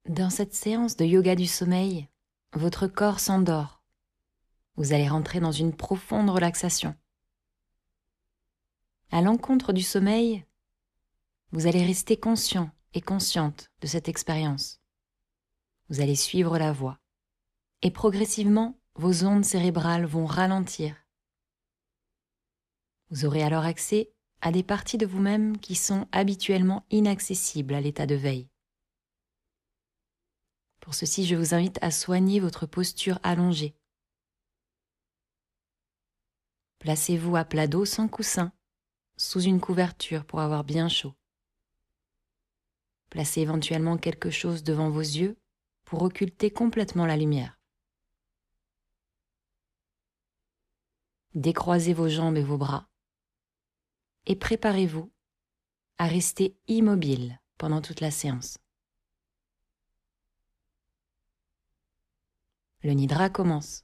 Dans cette séance de yoga du sommeil, votre corps s'endort. Vous allez rentrer dans une profonde relaxation. À l'encontre du sommeil, vous allez rester conscient et consciente de cette expérience. Vous allez suivre la voie. Et progressivement, vos ondes cérébrales vont ralentir. Vous aurez alors accès à des parties de vous-même qui sont habituellement inaccessibles à l'état de veille. Pour ceci, je vous invite à soigner votre posture allongée. Placez-vous à plat dos sans coussin, sous une couverture pour avoir bien chaud. Placez éventuellement quelque chose devant vos yeux pour occulter complètement la lumière. Décroisez vos jambes et vos bras et préparez-vous à rester immobile pendant toute la séance. Le Nidra commence.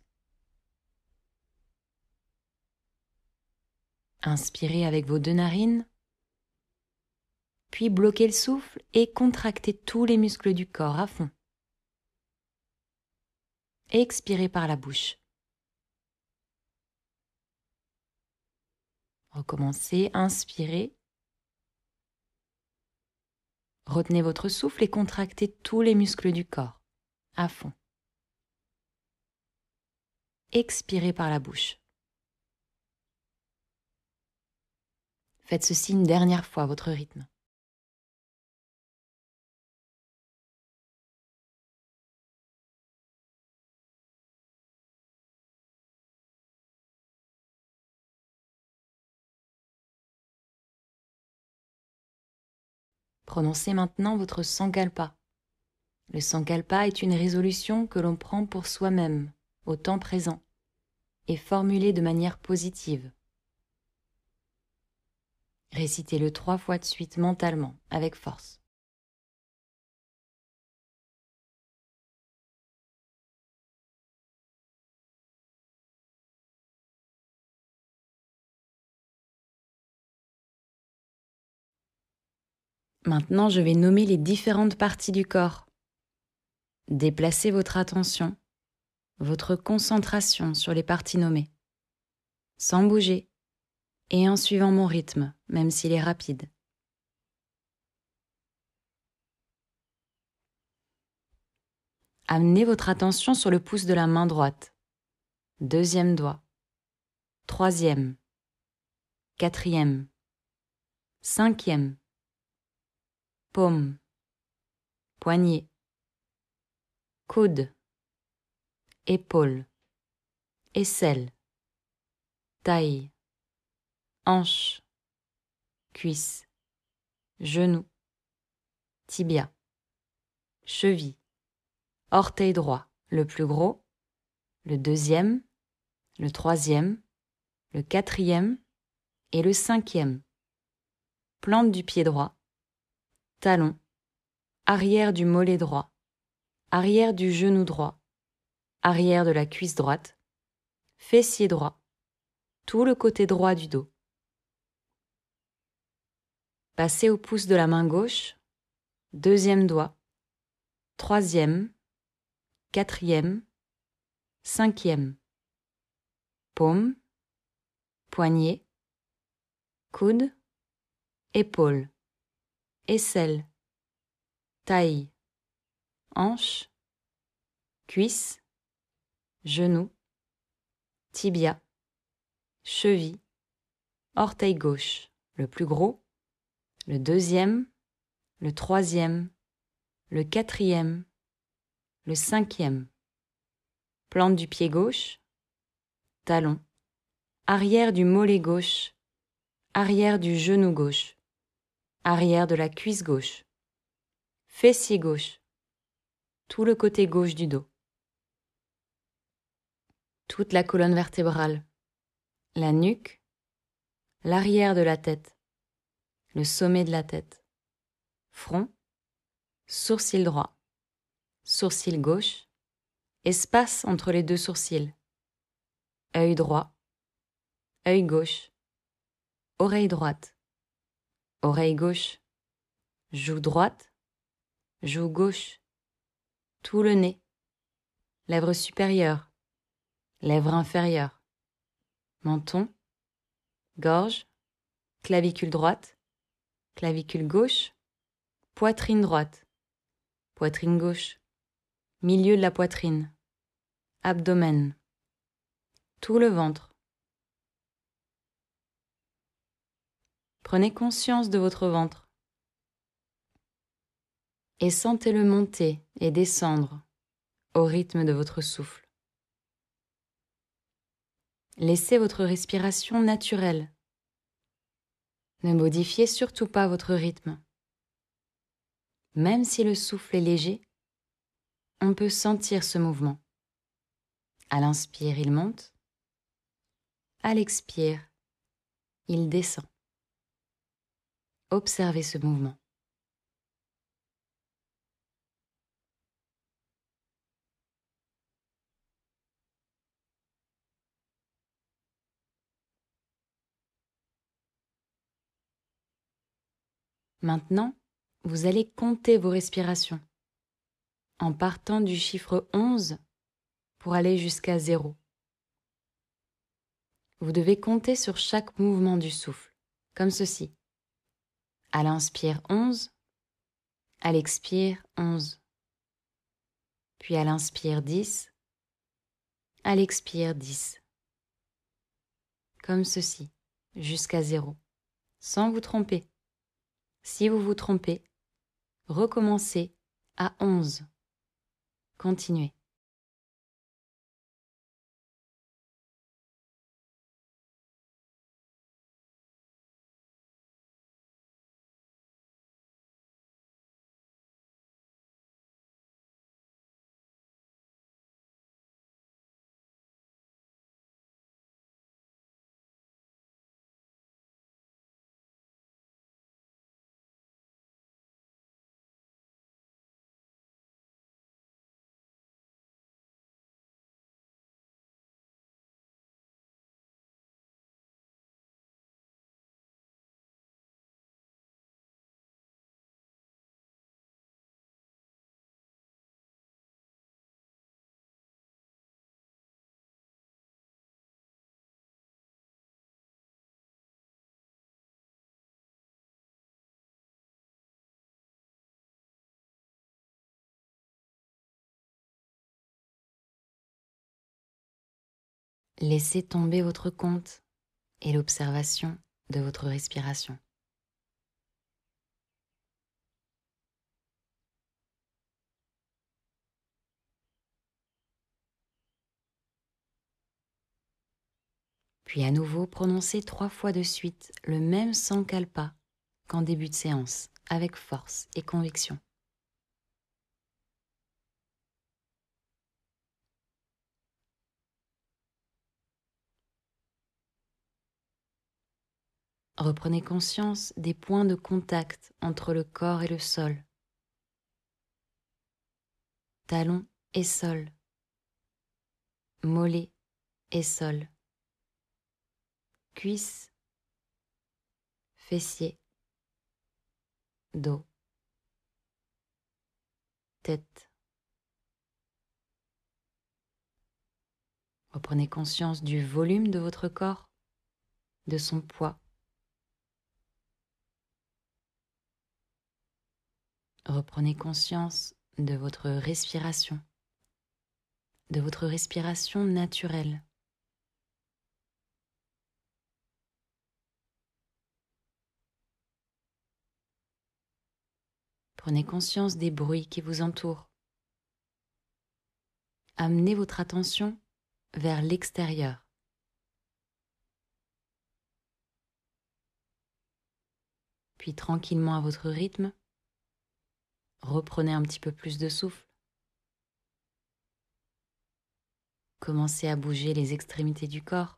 Inspirez avec vos 2 narines, puis bloquez le souffle et contractez tous les muscles du corps à fond. Expirez par la bouche. Recommencez, inspirez. Retenez votre souffle et contractez tous les muscles du corps à fond. Expirez par la bouche. Faites ceci une dernière fois à votre rythme. Prononcez maintenant votre Sankalpa. Le Sankalpa est une résolution que l'on prend pour soi-même, au temps présent, et formulée de manière positive. Récitez-le 3 fois de suite mentalement, avec force. Maintenant, je vais nommer les différentes parties du corps. Déplacez votre attention, votre concentration sur les parties nommées, sans bouger et en suivant mon rythme, même s'il est rapide. Amenez votre attention sur le pouce de la main droite, 2e doigt, 3e, 4e, 5e, paume, poignet, coude, épaule, aisselle, taille, hanche, cuisse, genou, tibia, cheville, orteil droit, le plus gros, le 2e, le 3e, le 4e et le 5e. Plante du pied droit, talon, arrière du mollet droit, arrière du genou droit, arrière de la cuisse droite, fessier droit, tout le côté droit du dos. Passez au pouce de la main gauche, 2e doigt, 3e, 4e, 5e. Paume, poignet, coude, épaule, aisselle, taille, hanche, cuisse, genou, tibia, cheville, orteil gauche, le plus gros, le 2e, le 3e, le 4e, le 5e. Plante du pied gauche, talon, arrière du mollet gauche, arrière du genou gauche, arrière de la cuisse gauche, fessier gauche, tout le côté gauche du dos, toute la colonne vertébrale, la nuque, l'arrière de la tête, le sommet de la tête, front, sourcil droit, sourcil gauche, espace entre les 2 sourcils, œil droit, œil gauche, oreille droite, oreille gauche, joue droite, joue gauche, tout le nez, lèvres supérieures, lèvres inférieures, menton, gorge, clavicule droite, clavicule gauche, poitrine droite, poitrine gauche, milieu de la poitrine, abdomen, tout le ventre. Prenez conscience de votre ventre et sentez-le monter et descendre au rythme de votre souffle. Laissez votre respiration naturelle. Ne modifiez surtout pas votre rythme. Même si le souffle est léger, on peut sentir ce mouvement. À l'inspire, il monte. À l'expire, il descend. Observez ce mouvement. Maintenant, vous allez compter vos respirations en partant du chiffre 11 pour aller jusqu'à 0. Vous devez compter sur chaque mouvement du souffle, comme ceci. À l'inspire 11, à l'expire 11. Puis à l'inspire 10, à l'expire 10. Comme ceci, jusqu'à 0, sans vous tromper. Si vous vous trompez, recommencez à 11. Continuez. Laissez tomber votre compte et l'observation de votre respiration. Puis à nouveau, prononcez 3 fois de suite le même sankalpa qu'en début de séance, avec force et conviction. Reprenez conscience des points de contact entre le corps et le sol. Talon et sol. Mollet et sol. Cuisses. Fessiers. Dos. Tête. Reprenez conscience du volume de votre corps, de son poids. Reprenez conscience de votre respiration naturelle. Prenez conscience des bruits qui vous entourent. Amenez votre attention vers l'extérieur. Puis tranquillement à votre rythme, reprenez un petit peu plus de souffle. Commencez à bouger les extrémités du corps.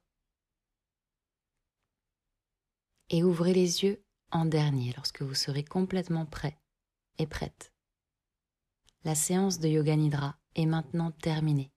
Et ouvrez les yeux en dernier lorsque vous serez complètement prêt et prête. La séance de Yoga Nidra est maintenant terminée.